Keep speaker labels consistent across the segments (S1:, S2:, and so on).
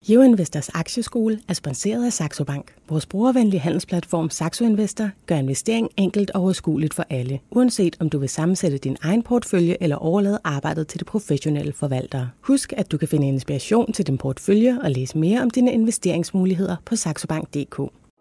S1: GeoInvestors aktieskole er sponsoreret af Saxo Bank. Vores brugervenlige handelsplatform Saxo Investor gør investering enkelt og overskueligt for alle, uanset om du vil sammensætte din egen portefølje eller overlade arbejdet til de professionelle forvaltere. Husk, at du kan finde inspiration til din portefølje og læse mere om dine investeringsmuligheder på saxobank.dk.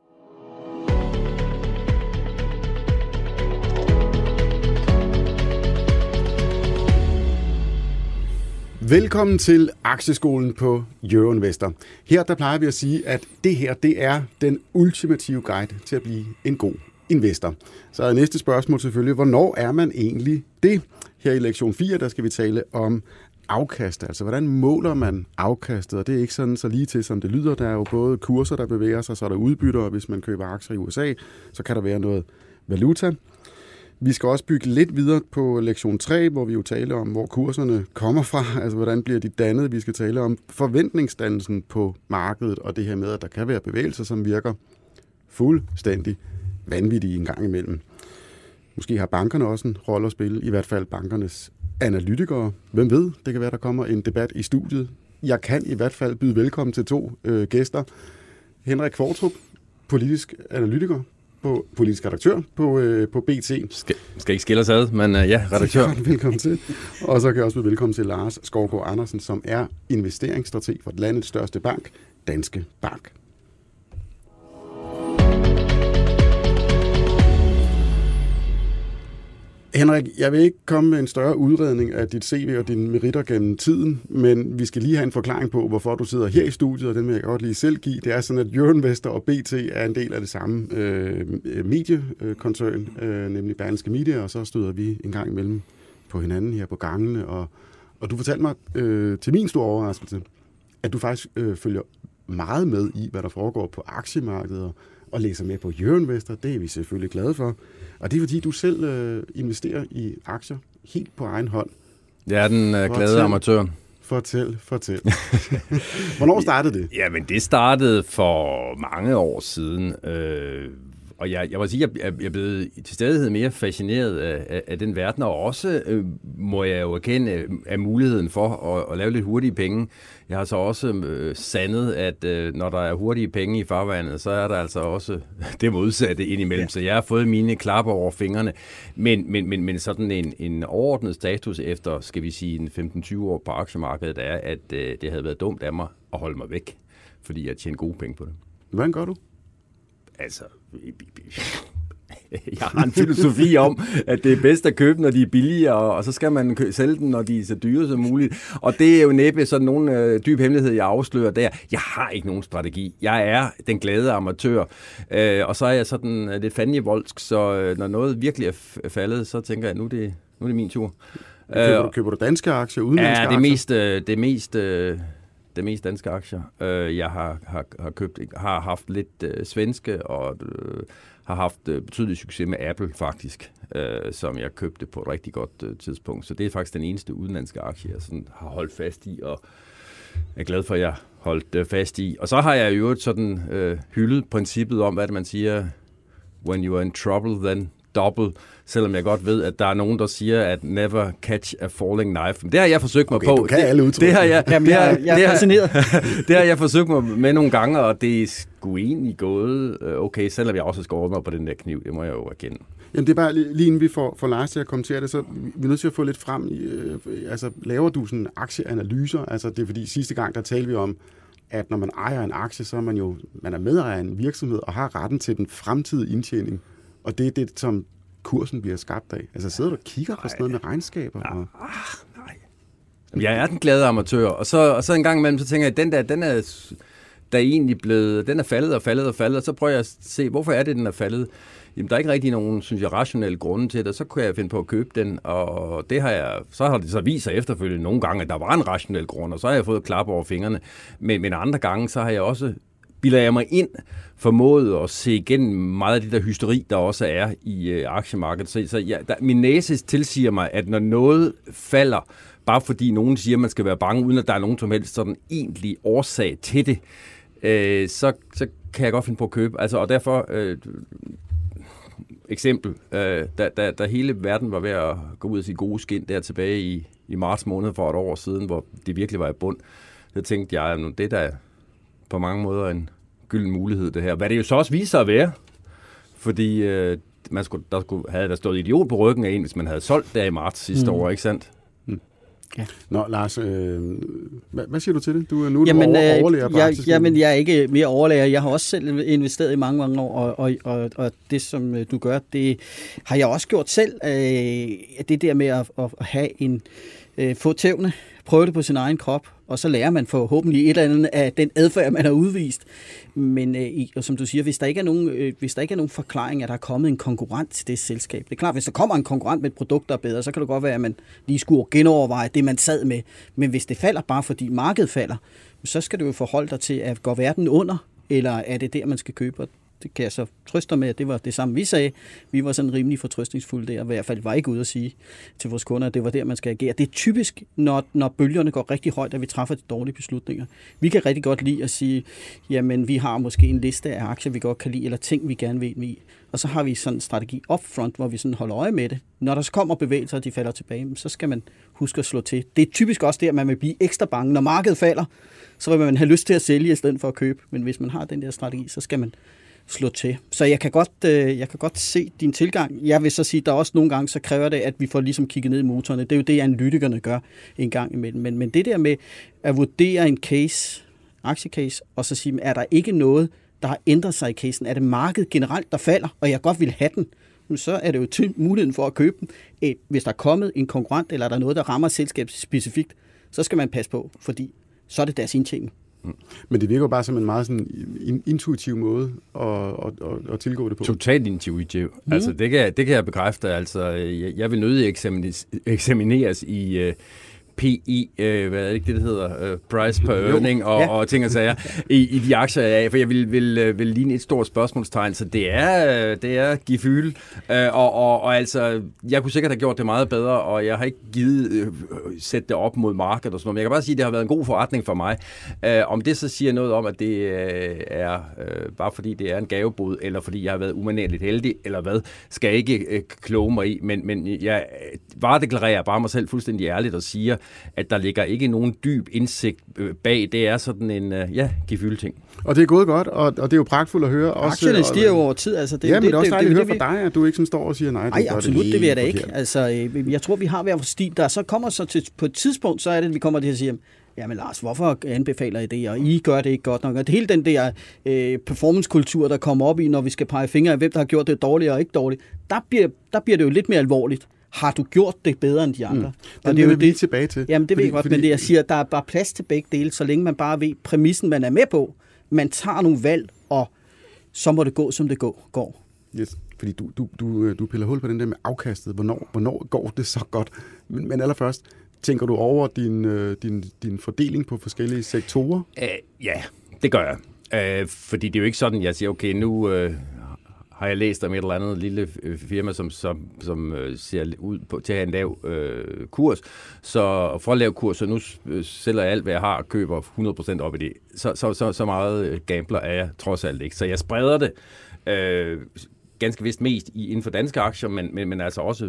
S2: Velkommen til Aktieskolen på GeoInvestor. Her der plejer vi at sige, at det her det er den ultimative guide til at blive en god investor. Så er næste spørgsmål selvfølgelig, hvornår er man egentlig det? Her i lektion 4, der skal vi tale om afkast. Altså, hvordan måler man afkastet? Og det er ikke sådan så lige til, som det lyder. Der er jo både kurser, der bevæger sig, så er der udbytter, og hvis man køber aktier i USA, så kan der være noget valuta. Vi skal også bygge lidt videre på lektion 3, hvor vi jo taler om, hvor kurserne kommer fra, altså hvordan bliver de dannet. Vi skal tale om forventningsdannelsen på markedet, og det her med, at der kan være bevægelser, som virker fuldstændig vanvittige en gang imellem. Måske har bankerne også en rolle at spille, i hvert fald bankernes analytikere. Hvem ved, det kan være, der kommer en debat i studiet. Jeg kan i hvert fald byde velkommen til 2 gæster. Henrik Kvartrup, politisk analytiker, politisk redaktør på BT.
S3: Skal ikke skille os ad, men ja, redaktør.
S2: Velkommen til. Og så kan jeg også byde velkommen til Lars Skovgaard Andersen, som er investeringsstrateg for landets største bank, Danske Bank. Henrik, jeg vil ikke komme med en større udredning af dit CV og dine meritter gennem tiden, men vi skal lige have en forklaring på, hvorfor du sidder her i studiet, og den vil jeg godt lige selv give. Det er sådan, at GeoInvestor og BT er en del af det samme mediekoncern, nemlig Berlingske Media, og så støder vi en gang imellem på hinanden her på gangene. Og du fortalte mig til min store overraskelse, at du faktisk følger meget med i, hvad der foregår på aktiemarkedet, og læser med på GeoInvestor. Det er vi selvfølgelig glade for. Og det er, fordi du selv investerer i aktier helt på egen hånd.
S3: Jeg er den glade amatør.
S2: Fortæl. Hvornår startede det?
S3: Jamen, det startede for mange år siden. Og jeg må sige, at jeg er blevet til stadighed mere fascineret af den verden, og også må jeg jo erkende af muligheden for at lave lidt hurtige penge. Jeg har så også sandet, at når der er hurtige penge i farvandet, så er der altså også det modsatte indimellem. Ja. Så jeg har fået mine klapper over fingrene. Men sådan en overordnet status efter, skal vi sige, 15-20 år på aktiemarkedet, er, at det havde været dumt af mig at holde mig væk, fordi jeg tjener gode penge på det.
S2: Hvordan gør du?
S3: Altså, jeg har en filosofi om, at det er bedst at købe, når de er billige, og så skal man sælge dem, når de er så dyre som muligt. Og det er jo næppe sådan nogen dyb hemmelighed, jeg afslører der. Jeg har ikke nogen strategi. Jeg er den glade amatør, og så er jeg sådan lidt fandenivoldsk, så når noget virkelig er faldet, så tænker jeg, nu er det min tur.
S2: Køber du danske aktier, udenlandske aktier?
S3: Det mest danske aktier. Jeg har haft lidt svenske, og har haft betydelig succes med Apple faktisk, som jeg købte på et rigtig godt tidspunkt. Så det er faktisk den eneste udenlandske aktie, jeg sådan har holdt fast i, og er glad for, at jeg holdt fast i. Og så har jeg jo sådan hyldet princippet om, hvad det man siger, when you are in trouble, then double, selvom jeg godt ved, at der er nogen, der siger, at never catch a falling knife. Men det har jeg forsøgt mig på.
S2: Du kan alle udtryk.
S3: Det har jeg
S4: er fascineret.
S3: Det har jeg forsøgt mig med nogle gange, og det er sgu egentlig gået okay, selvom jeg også har skåret mig på den der kniv. Det må jeg jo erkende.
S2: Jamen det er bare lige inden vi får Lars til at kommentere det, så vi er nødt til at få lidt frem. Altså laver du sådan aktieanalyser? Altså det er fordi sidste gang, der talte vi om, at når man ejer en aktie, så er man er medejer af en virksomhed og har retten til den fremtidige indtjening. Og det er det, som kursen bliver skabt af. Altså sidder du og kigger på sådan noget med regnskaber?
S3: Nej. Jeg er den glade amatør, og så en gang imellem, så tænker jeg, at den er egentlig blevet, den er faldet, og så prøver jeg at se, hvorfor er det, den er faldet. Jamen, der er ikke rigtig nogen, synes jeg, rationelle grunde til det, så kunne jeg finde på at købe den, og så har det så vist sig efterfølgende nogle gange, at der var en rationel grund, og så har jeg fået klap over fingrene. Men andre gange, så har jeg også bilder jeg mig ind, formået at se igennem meget af det der hysteri, der også er i aktiemarkedet. Så min næse tilsiger mig, at når noget falder, bare fordi nogen siger, at man skal være bange, uden at der er nogen som helst sådan egentlig årsag til det, så kan jeg godt finde på at købe. Altså, og derfor, eksempel, da hele verden var ved at gå ud af sit gode skin der tilbage i marts måned for et år siden, hvor det virkelig var i bund, så tænkte jeg, det på mange måder en gylden mulighed, det her. Hvad det jo så også viser sig at være, fordi der havde der stået idiot på ryggen af en, hvis man havde solgt der i marts sidste år, ikke sandt?
S2: Ja. Nå, Lars, hvad siger du til det? Nu er du overlærer på Aktieskolen.
S4: Jamen, jeg er ikke mere overlærer. Jeg har også selv investeret i mange år, og det, som du gør, det har jeg også gjort selv. Det der med at have få tævne, prøve det på sin egen krop, og så lærer man forhåbentlig et eller andet af den adfærd, man har udvist. Men og som du siger, hvis der ikke er nogen forklaring, at der er kommet en konkurrent til det selskab. Det er klart, hvis der kommer en konkurrent med et produkt, der er bedre, så kan det godt være, at man lige skulle genoverveje det, man sad med. Men hvis det falder bare fordi markedet falder, så skal du jo forholde dig til, at går verden under, eller er det der, man skal købe? Det kan jeg så trøste med, at det var det samme, vi sagde. Vi var sådan rimelig fortrøstningsfulde der, i hvert fald var ikke ude at sige til vores kunder, at det var der, man skal agere. Det er typisk, når bølgerne går rigtig højt, at vi træffer de dårlige beslutninger. Vi kan rigtig godt lide at sige, jamen vi har måske en liste af aktier, vi godt kan lide, eller ting, vi gerne vil i. Og så har vi sådan en strategi upfront, hvor vi sådan holder øje med det. Når der så kommer bevægelser, og de falder tilbage, så skal man huske at slå til. Det er typisk også der, man vil blive ekstra bange. Når markedet falder, så vil man have lyst til at sælge i stedet for at købe. Men hvis man har den der strategi, så skal man slå til. Så jeg kan godt se din tilgang. Jeg vil så sige, at der også nogle gange, så kræver det, at vi får ligesom kigget ned i motorerne. Det er jo det, analytikerne gør en gang imellem. Men det der med at vurdere en case, aktiecase, og så sige, er der ikke noget, der har ændret sig i casen? Er det markedet generelt, der falder, og jeg godt vil have den? Så er det jo til muligheden for at købe den. Hvis der er kommet en konkurrent, eller der er noget, der rammer selskabet specifikt, så skal man passe på, fordi så er det deres indtjening.
S2: Men det virker bare som en meget sådan intuitiv måde at tilgå det på.
S3: Totalt intuitiv. Altså, det kan jeg bekræfte. Altså, jeg vil nødig eksamineres i PI, hvad er det ikke det hedder, price per earning og ting og sager i de aktier af, for jeg vil ligne et stort spørgsmålstegn, så det er gefyl, og altså, jeg kunne sikkert have gjort det meget bedre, og jeg har ikke givet sætte det op mod markedet og sådan noget, men jeg kan bare sige, at det har været en god forretning for mig. Om det så siger noget om, at det er bare fordi det er en gavebod, eller fordi jeg har været umanerligt heldig, eller hvad, skal jeg ikke kloge mig i, men jeg varedeklarerer bare mig selv fuldstændig ærligt og siger, at der ligger ikke nogen dyb indsigt bag. Det er sådan en, gefyldeting.
S2: Og det er gået godt, og det er jo pragtfuldt at høre.
S4: Aktierne stiger over tid. Altså
S2: men det er også dejligt at høre fra dig, at du ikke sådan står og siger nej.
S4: Nej, absolut, det vil jeg da ikke. Altså, jeg tror, vi har hver stil. Der så kommer så til, på et tidspunkt, så er det, at vi kommer til at sige, jamen Lars, hvorfor anbefaler I det, og I gør det ikke godt nok? Og det hele den der performancekultur, der kommer op i, når vi skal pege fingre af, hvem der har gjort det dårligt og ikke dårligt, der bliver det jo lidt mere alvorligt. Har du gjort det bedre end de andre?
S2: Og det er jo det tilbage til.
S4: Jamen det ved jeg godt, men det jeg siger, der er bare plads til begge dele, så længe man bare ved præmissen, man er med på. Man tager nogle valg, og så må det gå, som det går.
S2: Yes, fordi du piller hul på den der med afkastet. Hvornår går det så godt? Men allerførst, tænker du over din fordeling på forskellige sektorer?
S3: Ja, det gør jeg. Fordi det er jo ikke sådan, jeg siger, okay, nu har jeg læst om et eller andet lille firma, som ser ud på, til at have en lav kurs. Så for at lave kurs, så nu sælger jeg alt, hvad jeg har, og køber 100% op i det. Så meget gambler er jeg trods alt ikke. Så jeg spreder det ganske vist mest inden for danske aktier, men altså også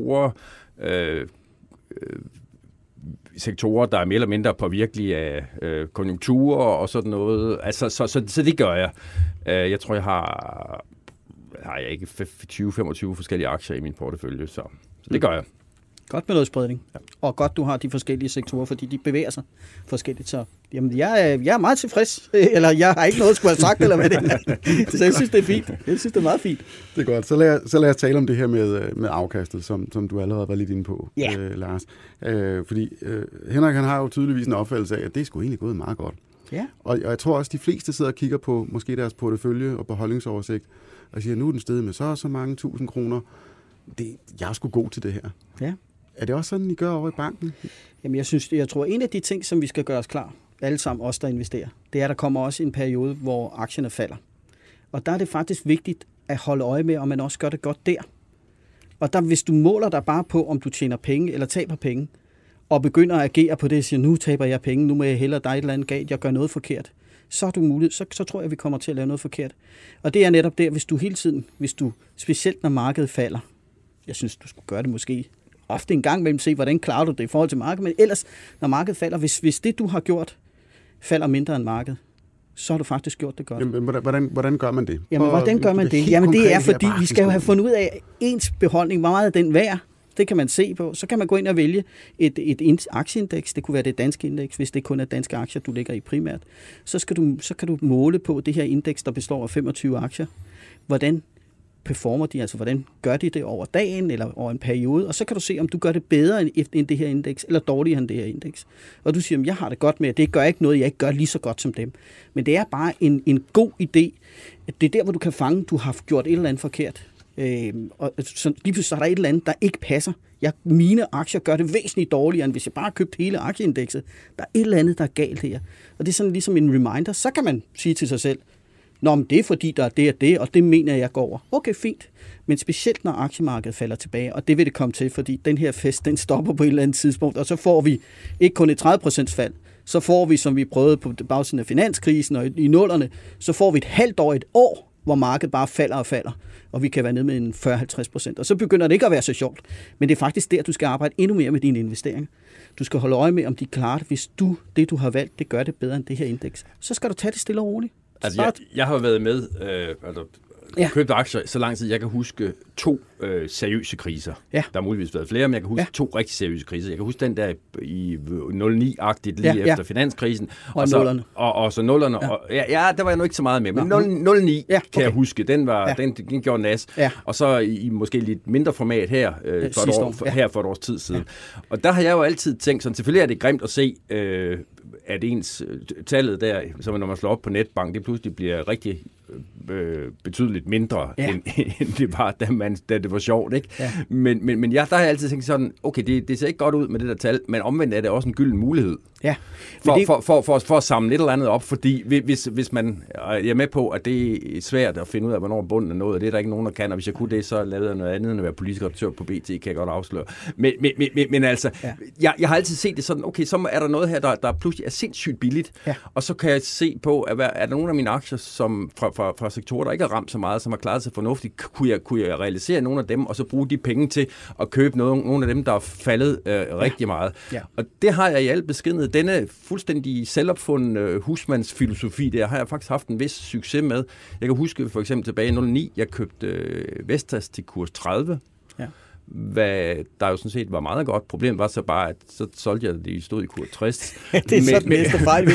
S3: sektorer, der er mere eller mindre påvirkelige af konjunkturer og sådan noget. Altså, så det gør jeg. Jeg tror, jeg har ikke 20-25 forskellige aktier i min portefølje, så det gør jeg.
S4: Godt med noget spredning. Ja. Og godt, du har de forskellige sektorer, fordi de bevæger sig forskelligt. Så jamen, jeg er meget tilfreds, eller jeg har ikke noget at skulle have sagt, eller hvad det er. Så jeg synes, det er fint. Jeg synes, det er meget fint.
S2: Det er godt. Så lad os tale om det her med afkastet, som du allerede var lidt inde på, Lars. Fordi Henrik, han har jo tydeligvis en opfattelse af, at det er sgu egentlig gået meget godt.
S4: Ja.
S2: Og jeg tror også, de fleste sidder og kigger på måske deres portefølje og på holdningsoversigt, og siger, nu er den steget med så mange 1000 kroner. Jeg er sgu god til det her.
S4: Ja.
S2: Er det også sådan, I gør over i banken?
S4: Jamen, jeg tror, en af de ting, som vi skal gøre os klar, alle sammen os, der investerer, det er, at der kommer også en periode, hvor aktierne falder. Og der er det faktisk vigtigt at holde øje med, om man også gør det godt der. Og der, hvis du måler dig bare på, om du tjener penge eller taber penge, og begynder at agere på det, og siger, nu taber jeg penge, nu må jeg hellere dig et eller andet galt, jeg gør noget forkert, så er du mulighed, så tror jeg, vi kommer til at lave noget forkert. Og det er netop der, hvis du specielt når markedet falder, jeg synes, du skulle gøre det måske ofte en gang mellem, se, hvordan klarer du det i forhold til markedet, men ellers, når markedet falder, hvis det, du har gjort, falder mindre end markedet, så har du faktisk gjort det godt.
S2: Jamen, hvordan gør man det?
S4: Jamen, hvordan gør man det? Jamen, det er, fordi vi skal jo have fundet ud af ens beholdning, hvor meget af den værd. Det kan man se på. Så kan man gå ind og vælge et aktieindeks. Det kunne være det danske indeks, hvis det kun er danske aktier, du ligger i primært. Så kan du måle på det her indeks, der består af 25 aktier. Hvordan performer de, altså hvordan gør de det over dagen eller over en periode, og så kan du se, om du gør det bedre end det her indeks, eller dårligere end det her indeks. Og du siger, jeg har det godt med, at det gør ikke noget, jeg ikke gør lige så godt som dem. Men det er bare en god idé. Det er der, hvor du kan fange, du har gjort et eller andet forkert. Og så lige pludselig så er der et eller andet, der ikke passer. Mine aktier gør det væsentligt dårligere, end hvis jeg bare købte hele aktieindekset. Der er et eller andet, der er galt her. Og det er sådan ligesom en reminder. Så kan man sige til sig selv, nå, men det er fordi, der er det og det, og det mener jeg går over. Okay, fint. Men specielt når aktiemarkedet falder tilbage, og det vil det komme til, fordi den her fest, den stopper på et eller andet tidspunkt, og så får vi ikke kun et 30% fald, så får vi, som vi prøvede på bagsiden af finanskrisen og i nullerne, så får vi et halvt år, et år, hvor markedet bare falder og falder, og vi kan være nede med en 40-50%, og så begynder det ikke at være så sjovt. Men det er faktisk der, du skal arbejde endnu mere med dine investeringer. Du skal holde øje med, om de klarer det. Hvis det, du har valgt, det gør det bedre end det her indeks, så skal du tage det stille og roligt.
S3: Altså, jeg har været med, købt aktier så lang tid, jeg kan huske 2 seriøse kriser. Ja. Der har muligvis været flere, men jeg kan huske 2 rigtig seriøse kriser. Jeg kan huske den der i 09-agtigt lige efter finanskrisen. Og så nullerne. Ja. Der var jeg nu ikke så meget med, men 09 kan jeg huske, den gjorde nas. Ja. Og så i måske lidt mindre format her, for et års tid siden. Ja. Og der har jeg jo altid tænkt sådan, selvfølgelig er det grimt at se, at ens tallet der, så når man slår op på netbank, det pludselig bliver rigtig betydeligt mindre, end det var, da det var sjovt, ikke? Ja. Men der har jeg altid tænkt sådan, okay, det ser ikke godt ud med det der tal, men omvendt er det også en gylden mulighed. Ja. For at samle et eller andet op, fordi hvis man er med på, at det er svært at finde ud af, hvornår bunden er noget, og det er der ikke nogen, der kan, og hvis jeg kunne det, så lavede jeg noget andet end at være politisk redaktør på BT, kan jeg godt afsløre. Men altså, jeg har altid set det sådan, okay, så er der noget her, der pludselig er sindssygt billigt, og så kan jeg se på, at er der nogle af mine aktier, som fra sektorer, der ikke har ramt så meget, som har klaret sig fornuftigt, kunne jeg realisere nogle af dem, og så bruge de penge til at købe nogle af dem, der er faldet rigtig meget. Ja. Og det har jeg i al beskedenhed. Denne fuldstændig selvopfundne husmandsfilosofi, der har jeg faktisk haft en vis succes med. Jeg kan huske for eksempel tilbage i 2009, jeg købte Vestas til kurs 30. Ja. Hvad der jo sådan set var meget godt. Problemet var så bare, at så solgte jeg det, stod i kurs 60.
S4: Det er sådan næste fejl, vi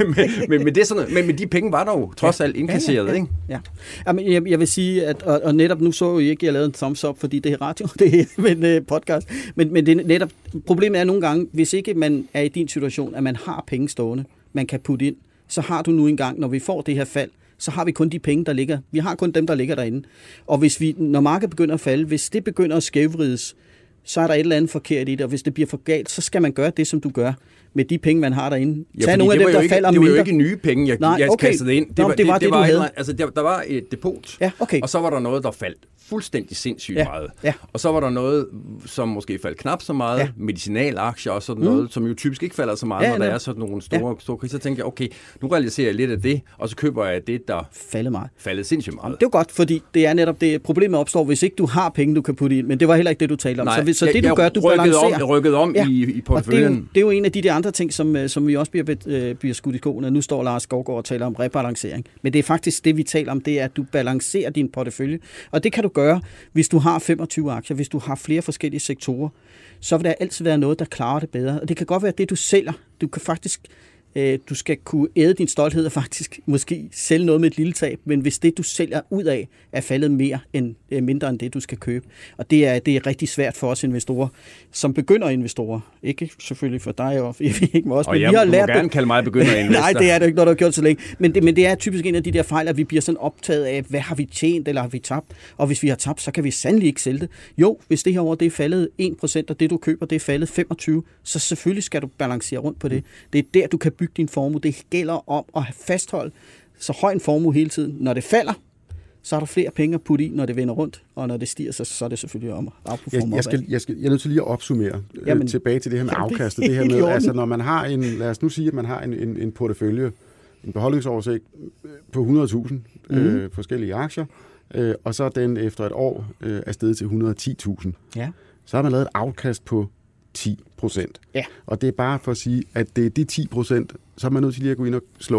S4: laver.
S3: Men de penge var der jo trods alt indkasseret, ikke?
S4: Ja. Jamen, jeg vil sige, at og netop nu så jeg ikke, at jeg lavede en thumbs up, fordi det er radio, det er en podcast. Men det er netop, problemet er nogle gange, hvis ikke man er i din situation, at man har penge stående, man kan putte ind, så har du nu engang, når vi får det her fald, så har vi kun de penge, der ligger. Vi har kun dem, der ligger derinde. Og hvis når markedet begynder at falde, hvis det begynder at skævvrides, så er der et eller andet forkert i det, og hvis det bliver for galt, så skal man gøre det, som du gør med de penge, man har derinde.
S3: Tag nogle af dem, der falder mindre. Det var jo ikke nye penge, jeg kastede ind. Det var det, du havde. Altså, der var et depot, og så var der noget, der faldt fuldstændig sindssygt meget. Ja. Og så var der noget, som måske faldt knap så meget, medicinalaktier og sådan noget, som jo typisk ikke falder så meget, når der er sådan nogle store kriser. Så tænker jeg, okay, nu realiserer jeg lidt af det, og så køber jeg det, der faldet sindssygt meget.
S4: Det er jo godt, fordi det er netop det, problemet opstår, hvis ikke du har penge, du kan putte ind, men det var heller ikke det, du talte om.
S3: Nej,
S4: så det, du gør, du balancerer.
S3: Jeg rykkede om i porteføljen.
S4: Det er jo en af de andre ting, som vi også bliver skudt i skoene. Nu står Lars Skovgaard og taler om rebalancering. Men det er faktisk det, vi taler om, det er, at du balancerer din portefølje. Og det kan du gøre, hvis du har 25 aktier, hvis du har flere forskellige sektorer, så vil der altid være noget, der klarer det bedre. Og det kan godt være, at det, du sælger, du kan faktisk, du skal kunne æde din stolthed og faktisk måske sælge noget med et lille tab, men hvis det, du sælger ud af, er faldet mindre end det, du skal købe. Og det er rigtig svært for os investorer, som begynderinvestorer. Ikke selvfølgelig for dig og ikke med os,
S3: men vi har lært det. Og gerne kalde mig begynderinvestor.
S4: Nej, det er det ikke, når du har gjort så længe. Men det er typisk en af de der fejl, at vi bliver sådan optaget af, hvad har vi tjent, eller har vi tabt? Og hvis vi har tabt, så kan vi sandelig ikke sælge det. Jo, hvis det her år det er faldet 1%, og det du køber, det er faldet 25%, så selvfølgelig skal du balancere rundt på det. Det er der, du kan bygge din formue. Det gælder om at fastholde så høj en formue hele tiden. Når det falder, så har du flere penge at putte i, når det vender rundt, og når det stiger, så er det selvfølgelig om at outperforme.
S2: Jeg er nødt til lige at opsummere tilbage til det her med afkastet. Det her med, altså når man har lad os nu sige, at man har en portefølje, en beholdningsoversigt på 100.000 forskellige aktier, og så den efter et år er steget til 110.000. Ja. Så har man lavet et afkast på 10%. Ja. Og det er bare for at sige, at det er de 10%, så er man nødt til lige at gå ind og slå op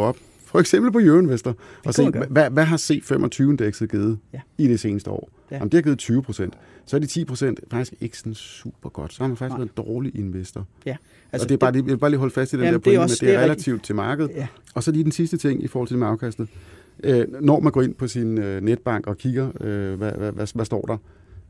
S2: for eksempel på Euroinvestor, og se, hvad har C25-indekset givet i det seneste år? Ja. Jamen, det har givet 20%. Så er de 10% faktisk ikke sådan super godt. Så har man faktisk været en dårlig investor. Ja. Altså, og det er bare, jeg vil bare lige holde fast i den der pointe, med det er relativt til markedet. Ja. Og så lige den sidste ting i forhold til det med afkastet. Når man går ind på sin netbank og kigger, hvad står der,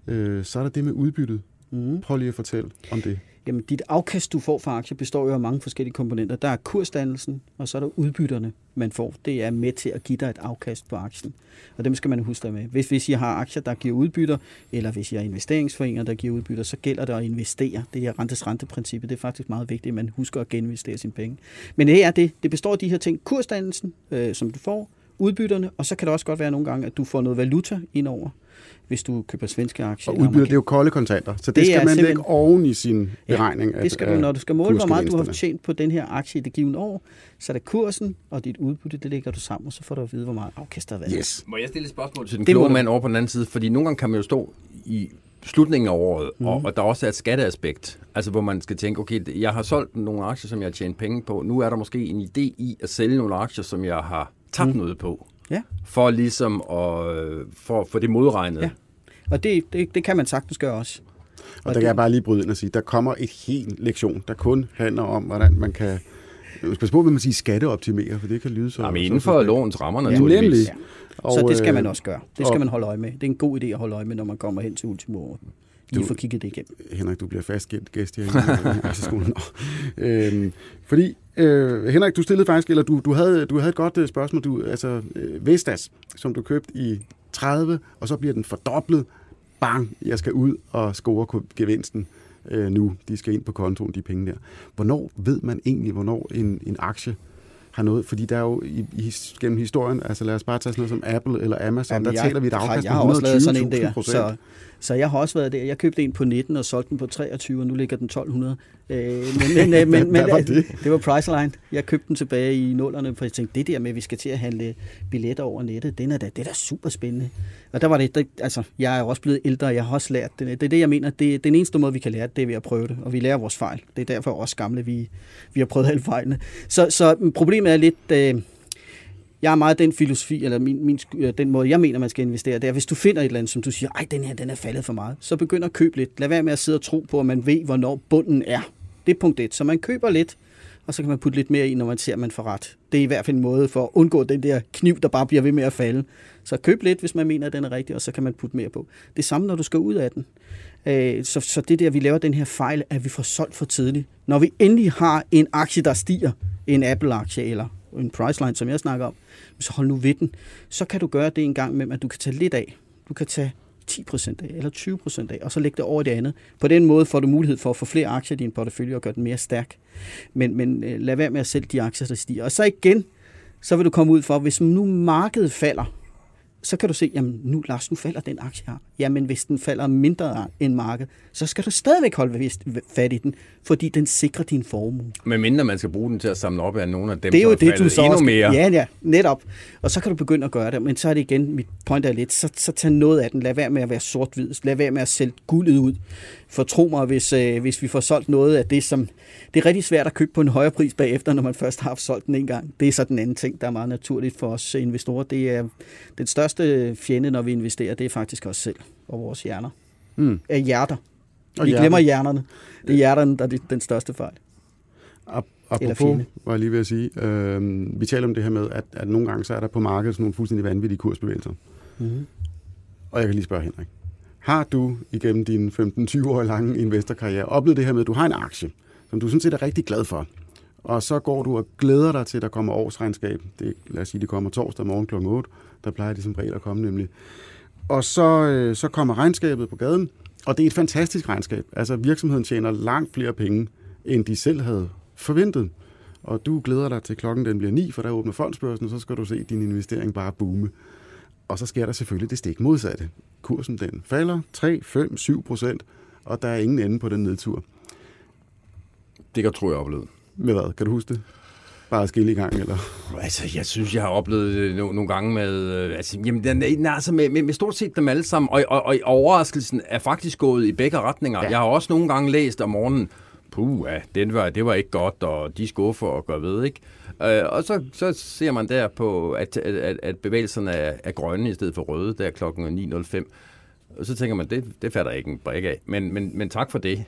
S2: så er der det med udbyttet. Prøv lige at fortælle om det.
S4: Jamen, dit afkast, du får fra aktier, består jo af mange forskellige komponenter. Der er kursdannelsen, og så er der udbytterne, man får. Det er med til at give dig et afkast på aktien. Og dem skal man huske dig med. Hvis I har aktier, der giver udbytter, eller hvis I har investeringsforeninger, der giver udbytter, så gælder det at investere. Det er rentes-rente-princippet. Det er faktisk meget vigtigt, at man husker at geninvestere sine penge. Men det består af de her ting. Kursdannelsen, som du får, udbytterne, og så kan det også godt være nogle gange, at du får noget valuta indover, hvis du køber svenske aktier.
S2: Og udbytter, det er jo kolde kontanter, så det skal man lægge oven i sin beregning.
S4: Det skal du, når du skal måle, hvor meget du har tjent på den her aktie i det givende år, så er det kursen og dit udbytte, det lægger du sammen, og så får du at vide, hvor meget afkast der har været.
S3: Yes. Må jeg stille et spørgsmål til den kloge mand over på den anden side? Fordi nogle gange kan man jo stå i slutningen af året, og der også er et skatteaspekt, altså hvor man skal tænke, okay, jeg har solgt nogle aktier, som jeg har tjent penge på, nu er der måske en idé i at sælge nogle aktier, som jeg har tabt noget på, for ligesom at få det modregnet. Ja.
S4: Og det kan man sagtens gøre også.
S2: Og der kan jeg bare lige bryde ind og sige, der kommer et helt lektion, der kun handler om, hvordan man kan... Pas på, hvad man siger, skatteoptimere, for det kan lyde så...
S3: Jamen inden for lovens rammer, naturligvis.
S4: Ja. Og, så det skal man også gøre. Det skal man holde øje med. Det er en god idé at holde øje med, når man kommer hen til ultimo år. Lige får kigget det igennem.
S2: Henrik, du bliver fast gæst her i Aktieskolen. Fordi, Henrik, du stillede faktisk, eller du havde et godt spørgsmål. Vestas, som du købte i 30, og så bliver den fordoblet. Bang, jeg skal ud og score gevinsten nu. De skal ind på kontoen, de penge der. Hvornår ved man egentlig, hvornår en aktie har noget? Fordi der er jo gennem historien, altså lad os bare tage sådan noget som Apple eller Amazon, der taler vi et afkast på 120%.
S4: Så jeg har også været der. Jeg købte en på 19 og solgte den på 23, og nu ligger den 1200. Men
S2: hvad var det?
S4: Det var Priceline. Jeg købte den tilbage i 0'erne, for jeg tænkte, det der med, at vi skal til at handle billetter over nettet, det er da super spændende. Og der var det, altså, jeg er også blevet ældre, jeg har også lært det. Det er det, jeg mener, det er den eneste måde, vi kan lære det er ved at prøve det, og vi lærer vores fejl. Det er derfor også gamle, vi har prøvet alle fejlene. Så problemet er lidt... Jeg er meget den filosofi, eller den måde, jeg mener, man skal investere, det er, hvis du finder et eller andet, som du siger, den her, den er faldet for meget, så begynd at købe lidt. Lad være med at sidde og tro på, at man ved, hvornår bunden er. Det er punkt 1. Så man køber lidt, og så kan man putte lidt mere i, når man ser, at man får ret. Det er i hvert fald en måde for at undgå den der kniv, der bare bliver ved med at falde. Så køb lidt, hvis man mener, at den er rigtig, og så kan man putte mere på. Det samme, når du skal ud af den. Så det der, vi laver den her fejl, at vi får solgt for tidligt. Når vi endelig har en aktie, der stiger, en Apple-aktie eller en Priceline, som jeg snakker om, så hold nu ved den. Så kan du gøre det en gang med, at du kan tage lidt af. Du kan tage 10% af, eller 20% af, og så lægge det over det andet. På den måde får du mulighed for at få flere aktier i din portefølje og gøre den mere stærk. Men lad være med at sælge de aktier, der stiger. Og så igen, så vil du komme ud for, hvis nu markedet falder, så kan du se, jamen nu falder den aktie her. Jamen hvis den falder mindre end markedet, så skal du stadigvæk holde fat i den, fordi den sikrer din formue.
S3: Men mindre man skal bruge den til at samle op af nogle af dem,
S4: det er jo
S3: der
S4: det, du så
S3: endnu
S4: også,
S3: mere.
S4: Ja, netop. Og så kan du begynde at gøre det, men så er det igen, mit point er lidt, så tag noget af den. Lad være med at være sort-hvid. Lad være med at sælge guldet ud. For tro mig, hvis vi får solgt noget af det, som... Det er rigtig svært at købe på en højere pris bagefter, når man først har solgt den en gang. Det er så den anden ting, der er meget naturligt for os investorer. Det er den største fjende, når vi investerer, det er faktisk os selv og vores hjerner. Hjerter. Vi glemmer hjernerne. Det er hjerterne, der er den største fejl.
S2: Apropos, var jeg lige ved at sige, vi taler om det her med, at nogle gange så er der på markedet sådan nogle fuldstændig vanvittige kursbevægelser. Og jeg kan lige spørge Henrik. Har du igennem din 15-20 år lange investorkarriere oplevet det her med, at du har en aktie, som du sådan set er rigtig glad for, og så går du og glæder dig til, at der kommer årsregnskab. Lad os sige, det kommer torsdag morgen kl. 8. Der plejer det som regel at komme nemlig. Og så kommer regnskabet på gaden, og det er et fantastisk regnskab. Altså virksomheden tjener langt flere penge, end de selv havde forventet. Og du glæder dig til klokken den bliver 9, for der åbner fondsbørsen, og så skal du se din investering bare boome. Og så sker der selvfølgelig det stik modsatte. Kursen den falder 3, 5, 7%, og der er ingen ende på den nedtur.
S3: Det kan jeg oplevet.
S2: Med hvad? Kan du huske det? Bare skille i gang, eller?
S3: Altså, jeg synes, jeg har oplevet det nogle gange med stort set dem alle sammen, og overraskelsen er faktisk gået i begge retninger. Ja. Jeg har også nogle gange læst om morgenen, det var ikke godt, og de skuffer og gør ved, ikke? Og så ser man der på, at bevægelserne er grønne i stedet for røde, der klokken 9.05. Og så tænker man, det fatter jeg ikke en brik af. Men tak for det.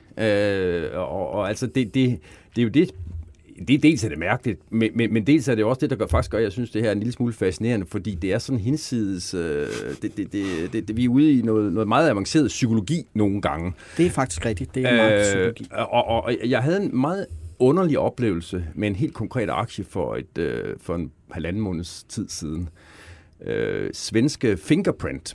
S3: Og altså, det er jo det. Dels er det mærkeligt, men dels er det også det, der faktisk gør, jeg synes, det her er en lille smule fascinerende, fordi det er sådan hinsides, vi er ude i noget meget avanceret psykologi nogle gange.
S4: Det er faktisk rigtigt, det er meget psykologi.
S3: Og jeg havde en meget underlig oplevelse med en helt konkret aktie for en halvanden måneds tid siden. Svenske Fingerprint.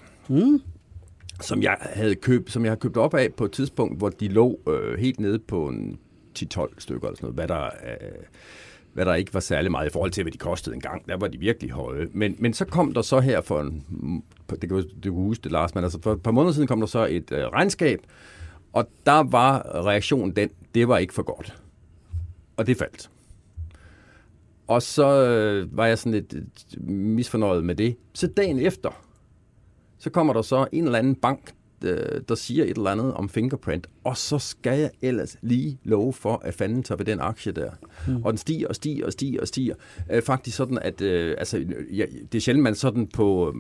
S3: Som jeg har købt op af på et tidspunkt, hvor de lå helt nede på en 10-12 stykker, eller sådan noget, hvad der ikke var særlig meget i forhold til, hvad de kostede engang. Der var de virkelig høje. Men så kom der så her du kan huske det, Lars, men altså for et par måneder siden kom der så et regnskab, og der var reaktionen det var ikke for godt. Og det faldt. Og så var jeg sådan lidt misfornøjet med det. Så dagen efter, så kommer der så en eller anden bank, der siger et eller andet om Fingerprint, og så skal jeg ellers lige love for, at fanden tager ved den aktie der. Og den stiger og stiger og stiger og stiger. Faktisk sådan, at det er sjældent, man sådan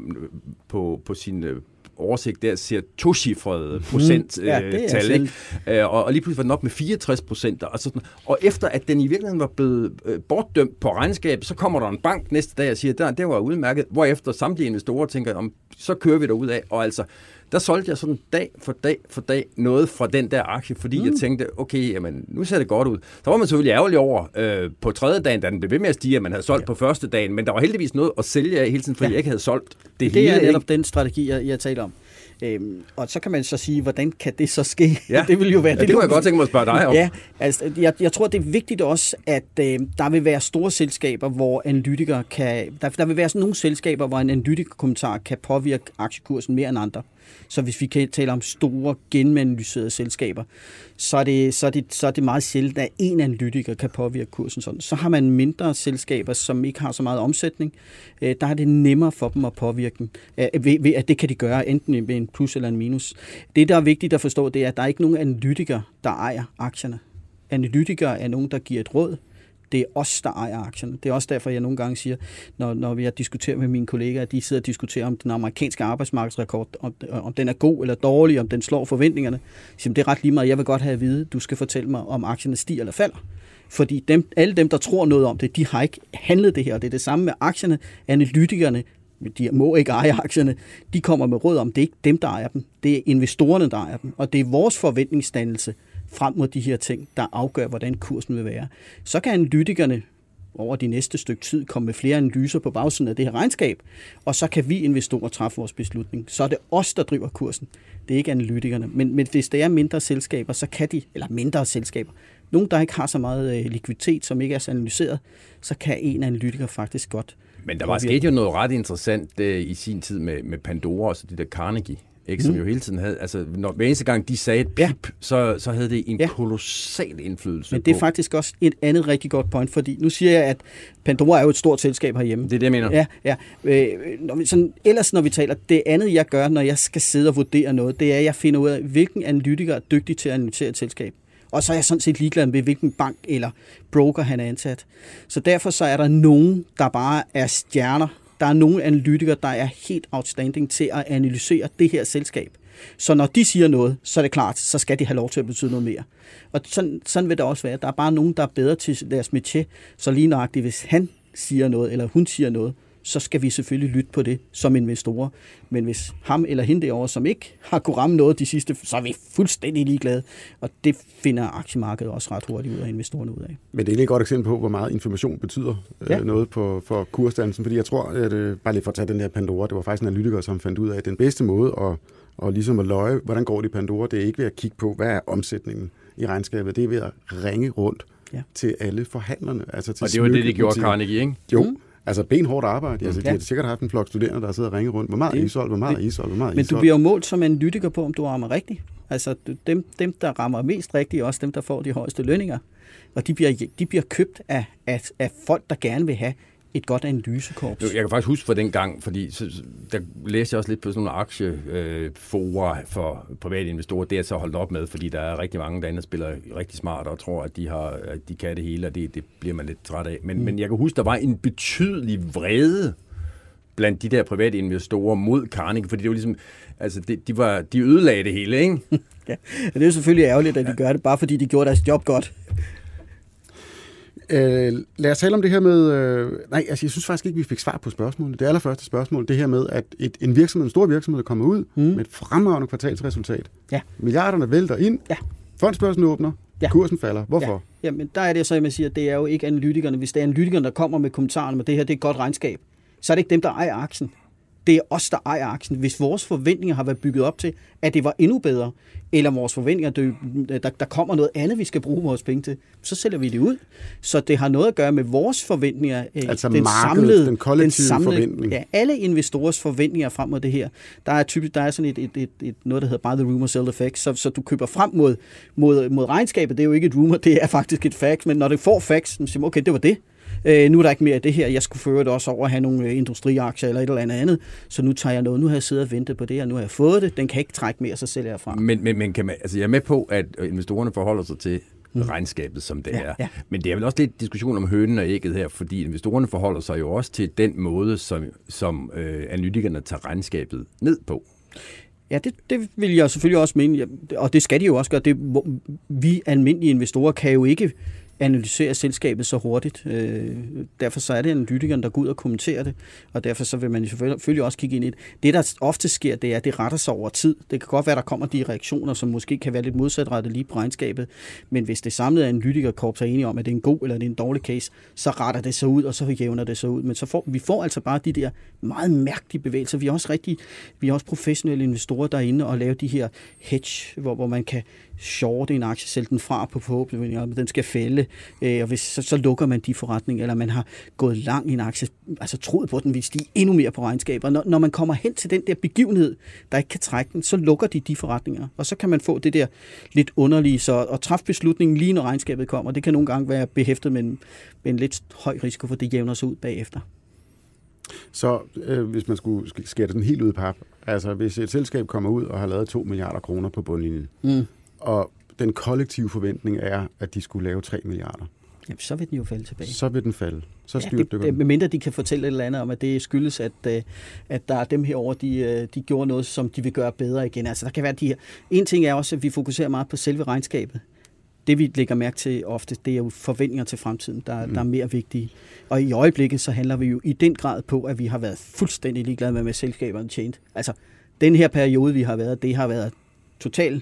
S3: på sin oversigt der ser tocifrede procenttal. Og lige pludselig var den op med 64%. Og, sådan. Og efter at den i virkeligheden var blevet bortdømt på regnskab, så kommer der en bank næste dag og siger, det var udmærket, hvorefter samtlige investorer tænker, så kører vi derud af. Og altså, der solgte jeg sådan dag for dag noget fra den der aktie, fordi jeg tænkte, okay, jamen, nu ser det godt ud. Så var man selvfølgelig ærgerlig over på tredje dagen, da den blev ved med at stige, at man havde solgt på første dagen, men der var heldigvis noget at sælge af hele tiden, fordi jeg ikke havde solgt det hele.
S4: Det er netop den strategi, jeg taler om. Og så kan man så sige, hvordan kan det så ske?
S3: Ja.
S4: Det vil jo være
S3: det kunne jeg godt tænke mig at spørge dig om.
S4: Ja, altså, jeg tror, det er vigtigt også, at der vil være store selskaber, hvor analytikere kan... Der vil være sådan nogle selskaber, hvor en analytikerkommentar kan påvirke aktiekursen mere end andre. Så hvis vi kan tale om store, gennemanalyserede selskaber, så er det meget sjældent, at en analytiker kan påvirke kursen sådan. Så har man mindre selskaber, som ikke har så meget omsætning. Der er det nemmere for dem at påvirke den. Ved at det kan de gøre, enten med en plus eller en minus. Det, der er vigtigt at forstå, det er, at der er ikke nogen analytikere, der ejer aktierne. Analytikere er nogen, der giver et råd. Det er os, der ejer aktierne. Det er også derfor, jeg nogle gange siger, når vi har diskuteret med mine kollegaer, at de sidder og diskuterer, om den amerikanske arbejdsmarkedsrekord, om den er god eller dårlig, om den slår forventningerne. Så det er ret lige meget. Jeg vil godt have at vide, du skal fortælle mig, om aktierne stiger eller falder. Fordi alle dem, der tror noget om det, de har ikke handlet det her. Og det er det samme med aktierne. Analytikerne, de må ikke eje aktierne. De kommer med råd om, det er ikke dem, der ejer dem. Det er investorerne, der ejer dem. Og det er vores forventningsdannelse frem mod de her ting, der afgør, hvordan kursen vil være. Så kan analytikerne over de næste stykke tid komme med flere analyser på bagsiden af det her regnskab, og så kan vi investorer træffe vores beslutning. Så er det os, der driver kursen. Det er ikke analytikerne. Men hvis det er mindre selskaber, så kan mindre selskaber, nogen, der ikke har så meget likviditet, som ikke er så analyseret, så kan en analytiker faktisk godt.
S3: Men der var sket jo noget ret interessant i sin tid med Pandora, altså det der Carnegie, ikke, som jo hele tiden havde, altså hver eneste gang de sagde et pip, så havde det en kolossal indflydelse.
S4: Men det er faktisk også et andet rigtig godt point, fordi nu siger jeg, at Pandora er jo et stort selskab herhjemme.
S3: Det er det, jeg mener.
S4: Ja. Når vi taler, det andet jeg gør, når jeg skal sidde og vurdere noget, det er, at jeg finder ud af, hvilken analytiker er dygtig til at analysere et selskab. Og så er jeg sådan set ligeglad med, hvilken bank eller broker han er ansat. Så derfor så er der nogen, der bare er stjerner. Der er nogle analytikere, der er helt outstanding til at analysere det her selskab. Så når de siger noget, så er det klart, så skal de have lov til at betyde noget mere. Og sådan vil det også være. Der er bare nogen, der er bedre til deres métier. Så lige nøjagtigt, hvis han siger noget, eller hun siger noget, så skal vi selvfølgelig lytte på det som investorer. Men hvis ham eller hende derovre, som ikke har kunne ramme noget de sidste, så er vi fuldstændig ligeglade. Og det finder aktiemarkedet også ret hurtigt ud af investorerne ud af.
S2: Men det er egentlig et godt eksempel på, hvor meget information betyder noget for kursdannelsen. Fordi jeg tror, at bare lige for at tage den her Pandora, det var faktisk en analytiker, som fandt ud af, at den bedste måde at ligesom at løje, hvordan går det i Pandora, det er ikke ved at kigge på, hvad er omsætningen i regnskabet. Det er ved at ringe rundt til alle forhandlerne. Altså til
S3: og det var det, de gjorde Carnegie, ikke?
S2: Jo. Altså benhårdt arbejde. Altså, de har sikkert haft en flok studerende, der sidder og ringer rundt. Hvor meget er I solgt? Hvor meget er I solgt? Hvor meget er I solgt?
S4: Men du bliver jo målt som analytiker på, om du rammer rigtigt. Altså dem der rammer mest rigtigt, er også dem, der får de højeste lønninger. Og de bliver købt af folk, der gerne vil have et godt analysekorps.
S3: Jeg kan faktisk huske fra den gang, fordi der læste jeg også lidt på sådan nogle aktiefora for private investorer. Det er så holdt op med, fordi der er rigtig mange derinde, der spiller rigtig smart og tror, at de kan det hele, og det bliver man lidt træt af. Men jeg kan huske, der var en betydelig vrede blandt de der private investorer mod Carnegie, fordi det var ligesom, altså de ødelagde det hele, ikke?
S4: Ja, det er jo selvfølgelig ærgerligt, at de gør det, bare fordi de gjorde deres job godt.
S2: Lad os tale om det her med... jeg synes faktisk ikke, vi fik svar på spørgsmålet. Det allerførste spørgsmål, det her med, at en stor virksomhed, der kommer ud med et fremragende kvartalsresultat.
S4: Ja.
S2: Milliarderne vælter ind. Ja. Fondsbørsen åbner. Ja. Kursen falder. Hvorfor? Ja.
S4: Jamen, der er det så, at man siger, at det er jo ikke analytikerne. Hvis det er analytikerne, der kommer med kommentarerne med det her, det er et godt regnskab, så er det ikke dem, der ejer aktien. Det er os, der ejer aktien. Hvis vores forventninger har været bygget op til, at det var endnu bedre, eller vores forventninger, der kommer noget andet, vi skal bruge vores penge til, så sælger vi det ud. Så det har noget at gøre med vores forventninger.
S2: Altså markedet, den kollektive forventning.
S4: Ja, alle investorers forventninger frem mod det her. Der er sådan et noget, der hedder buy the rumor, sell the facts, så du køber frem mod regnskabet. Det er jo ikke et rumor, det er faktisk et fact, men når du får facts, så siger man, okay, det var det. Nu er der ikke mere af det her. Jeg skulle føre det også over at have nogle industriaktier eller et eller andet. Så nu tager jeg noget. Nu har jeg siddet og ventet på det, og nu har jeg fået det. Den kan ikke trække mere, så sælger jeg fra.
S3: Men kan man, altså jeg er med på, at investorerne forholder sig til regnskabet, som det er. Ja. Men det er vel også lidt diskussion om hønen og ægget her, fordi investorerne forholder sig jo også til den måde, som analytikerne tager regnskabet ned på.
S4: Ja, det vil jeg selvfølgelig også mene, og det skal de jo også gøre. Vi almindelige investorer kan jo ikke analysere selskabet så hurtigt. Derfor så er det analytikeren, der går ud og kommenterer det, og derfor så vil man selvfølgelig også kigge ind i det. Det, der ofte sker, det er, at det retter sig over tid. Det kan godt være, at der kommer de reaktioner, som måske kan være lidt modsatrettet lige på regnskabet, men hvis det samlede analytikerkorps er enige om, at det er en god eller det er en dårlig case, så retter det sig ud, og så jævner det sig ud. Men vi får altså bare de der meget mærkelige bevægelser. Vi er også professionelle investorer derinde og lave de her hedge, hvor man kan shorte en aktie, sælge den fra på forhåbentlig, og den skal fælde, og så lukker man de forretninger, eller man har gået lang i en aktie, altså troet på, at den vil stige endnu mere på regnskaber. Når man kommer hen til den der begivenhed, der ikke kan trække den, så lukker de forretninger, og så kan man få det der lidt underlige, og træffe beslutningen lige når regnskabet kommer. Det kan nogle gange være behæftet med en lidt høj risiko, for det jævner sig ud bagefter.
S2: Så hvis man skulle skære den helt ud i pap, altså hvis et selskab kommer ud og har lavet 2 milliarder kroner på bundlinjen, og den kollektive forventning er, at de skulle lave 3 milliarder.
S4: Jamen, så vil den jo falde tilbage.
S2: Så vil den falde. Så styrtdykker den.
S4: Medmindre de kan fortælle et eller andet om, at det skyldes, at der er dem herovre, de gjorde noget, som de vil gøre bedre igen. Altså, der kan være de her. En ting er også, at vi fokuserer meget på selve regnskabet. Det, vi lægger mærke til ofte, det er jo forventninger til fremtiden, der er mere vigtige. Og i øjeblikket, så handler vi jo i den grad på, at vi har været fuldstændig ligeglade med, hvad selskaberne tjente. Altså, den her periode, vi har været, det har været totalt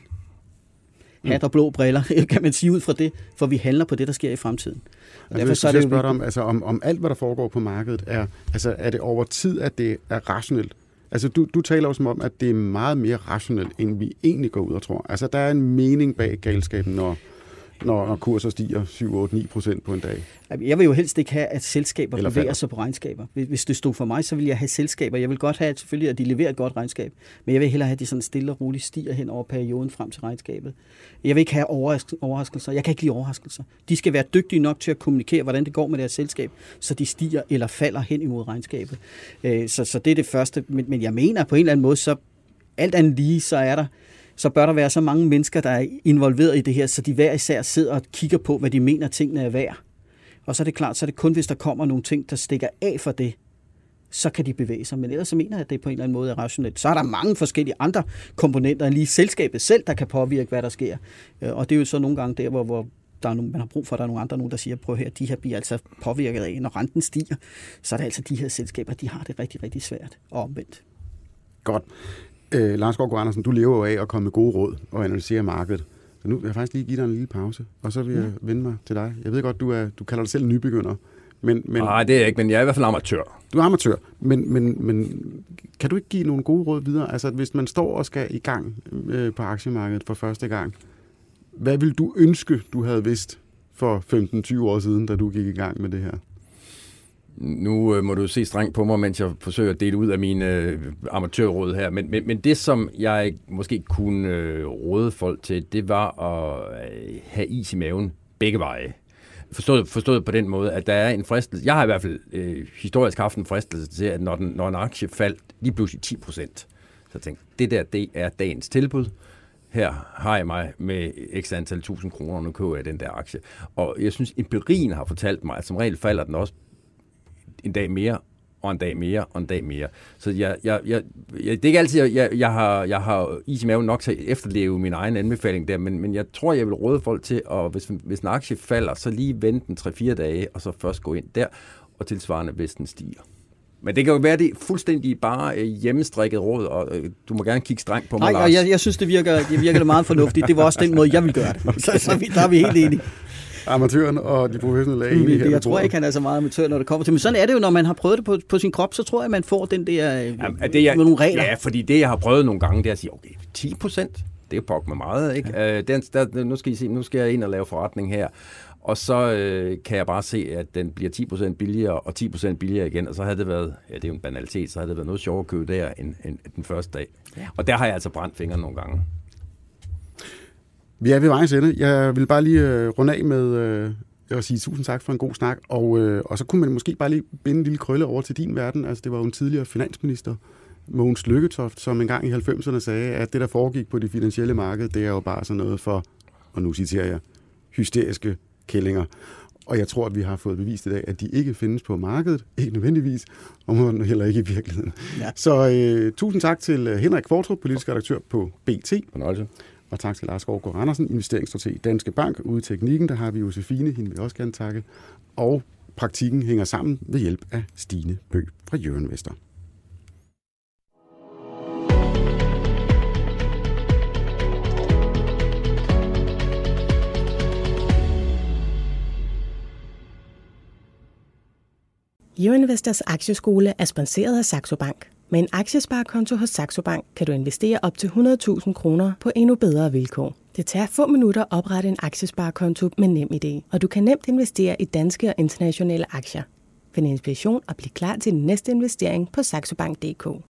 S4: hat og blå briller, kan man sige ud fra det, for vi handler på det, der sker i fremtiden.
S2: Og derfor så er det jo spørge om alt, hvad der foregår på markedet, er det over tid, at det er rationelt? Altså, du taler jo som om, at det er meget mere rationelt, end vi egentlig går ud og tror. Altså, der er en mening bag galskaben, når kurser stiger 7-8-9% på en dag.
S4: Jeg vil jo helst ikke have, at selskaber bevæger sig på regnskaber. Hvis det stod for mig, så vil jeg have selskaber. Jeg vil godt have, selvfølgelig, at de leverer et godt regnskab, men jeg vil hellere have, at de sådan stille og roligt stiger hen over perioden frem til regnskabet. Jeg vil ikke have overraskelser. Jeg kan ikke lide overraskelser. De skal være dygtige nok til at kommunikere, hvordan det går med deres selskab, så de stiger eller falder hen imod regnskabet. Så det er det første. Men jeg mener på en eller anden måde, så alt andet lige, så bør der være så mange mennesker, der er involveret i det her, så de hver især sidder og kigger på, hvad de mener, tingene er værd. Og så er det klart, så er det kun, hvis der kommer nogle ting, der stikker af for det, så kan de bevæge sig. Men ellers så mener jeg, at det på en eller anden måde er rationelt. Så er der mange forskellige andre komponenter, end lige selskabet selv, der kan påvirke, hvad der sker. Og det er jo så nogle gange der, hvor der er nogen, man har brug for, at der er nogen, der siger, prøv her, de her bliver altså påvirket af, når renten stiger, så er det altså de her selskaber, de har det rigtig, rigtig svært og omvendt. Godt.
S2: Lars Gårdgaard Andersen, du lever jo af at komme med gode råd og analysere markedet. Så nu vil jeg faktisk lige give dig en lille pause, og så vil jeg vende mig til dig. Jeg ved godt, du kalder dig selv nybegynder.
S3: Nej, det er jeg ikke, men jeg er i hvert fald amatør.
S2: Du er amatør, men kan du ikke give nogle gode råd videre? Altså, hvis man står og skal i gang på aktiemarkedet for første gang, hvad vil du ønske, du havde vidst for 15-20 år siden, da du gik i gang med det her?
S3: Nu må du se strengt på mig, mens jeg forsøger at dele ud af mine amatørråd her. Men det, som jeg måske kunne råde folk til, det var at have is i maven begge veje. Forstået på den måde, at der er en fristelse. Jeg har i hvert fald historisk haft en fristelse til, at når en aktie faldt lige pludselig 10%, så tænkte det er dagens tilbud. Her har jeg mig med x antal 1000 kroner, nu køber jeg den der aktie. Og jeg synes, empirien har fortalt mig, at som regel falder den også en dag mere, og en dag mere, og en dag mere. Så det er ikke altid, jeg har is i maven nok til at efterleve min egen anbefaling der, men jeg tror, jeg vil råde folk til, at hvis en aktie falder, så lige vente den 3-4 dage, og så først gå ind der, og tilsvarende, hvis den stiger. Men det kan jo være, det fuldstændig bare hjemmestrikket råd, og du må gerne kigge strengt på mig, Lars.
S4: Nej, jeg synes, det virker meget fornuftigt. Det var også den måde, jeg vil gøre det. Okay. Så der er vi helt enige.
S2: Amatøren og de professionelle er enige her.
S4: Jeg tror ikke, han er så meget amatør, når det kommer til. Men sådan er det jo, når man har prøvet det på sin krop, så tror jeg, man får den der med nogle regler.
S3: Ja, fordi det, jeg har prøvet nogle gange, det er at sige, okay, 10%, det er pok med meget, ikke? Ja. Nu skal I se, nu skal jeg ind og lave forretning her. Og så kan jeg bare se, at den bliver 10% billigere, og 10% billigere igen. Og så havde det været, det er jo en banalitet, så havde det været noget sjovere at købe der end den første dag. Ja. Og der har jeg altså brændt fingrene nogle gange.
S2: Vi er ved vejens ende. Jeg vil bare lige runde af med at sige tusind tak for en god snak. Og så kunne man måske bare lige binde en lille krølle over til din verden. Altså, det var jo en tidligere finansminister, Mogens Lykketoft, som engang i 90'erne sagde, at det, der foregik på det finansielle marked, det er jo bare sådan noget for, og nu citerer jeg, hysteriske kællinger. Og jeg tror, at vi har fået bevist i dag, at de ikke findes på markedet, ikke nødvendigvis, og heller ikke i virkeligheden. Ja. Så tusind tak til Henrik Kvartrup, politisk redaktør på BT.
S3: Fornøjelse.
S2: Og tak til Lars Skovgaard Andersen, investeringsstrateg i Danske Bank. Ude i teknikken, der har vi Josefine, hende vil jeg også gerne takke. Og praktikken hænger sammen ved hjælp af Stine Bøgh fra Jørgen Investor.
S1: Jørgen Investors aktieskole er sponsoreret af Saxo Bank. Med en aktiesparekonto hos Saxo Bank kan du investere op til 100.000 kroner på endnu bedre vilkår. Det tager få minutter at oprette en aktiesparekonto med NemID, og du kan nemt investere i danske og internationale aktier. Find inspiration og bliv klar til din næste investering på saxobank.dk.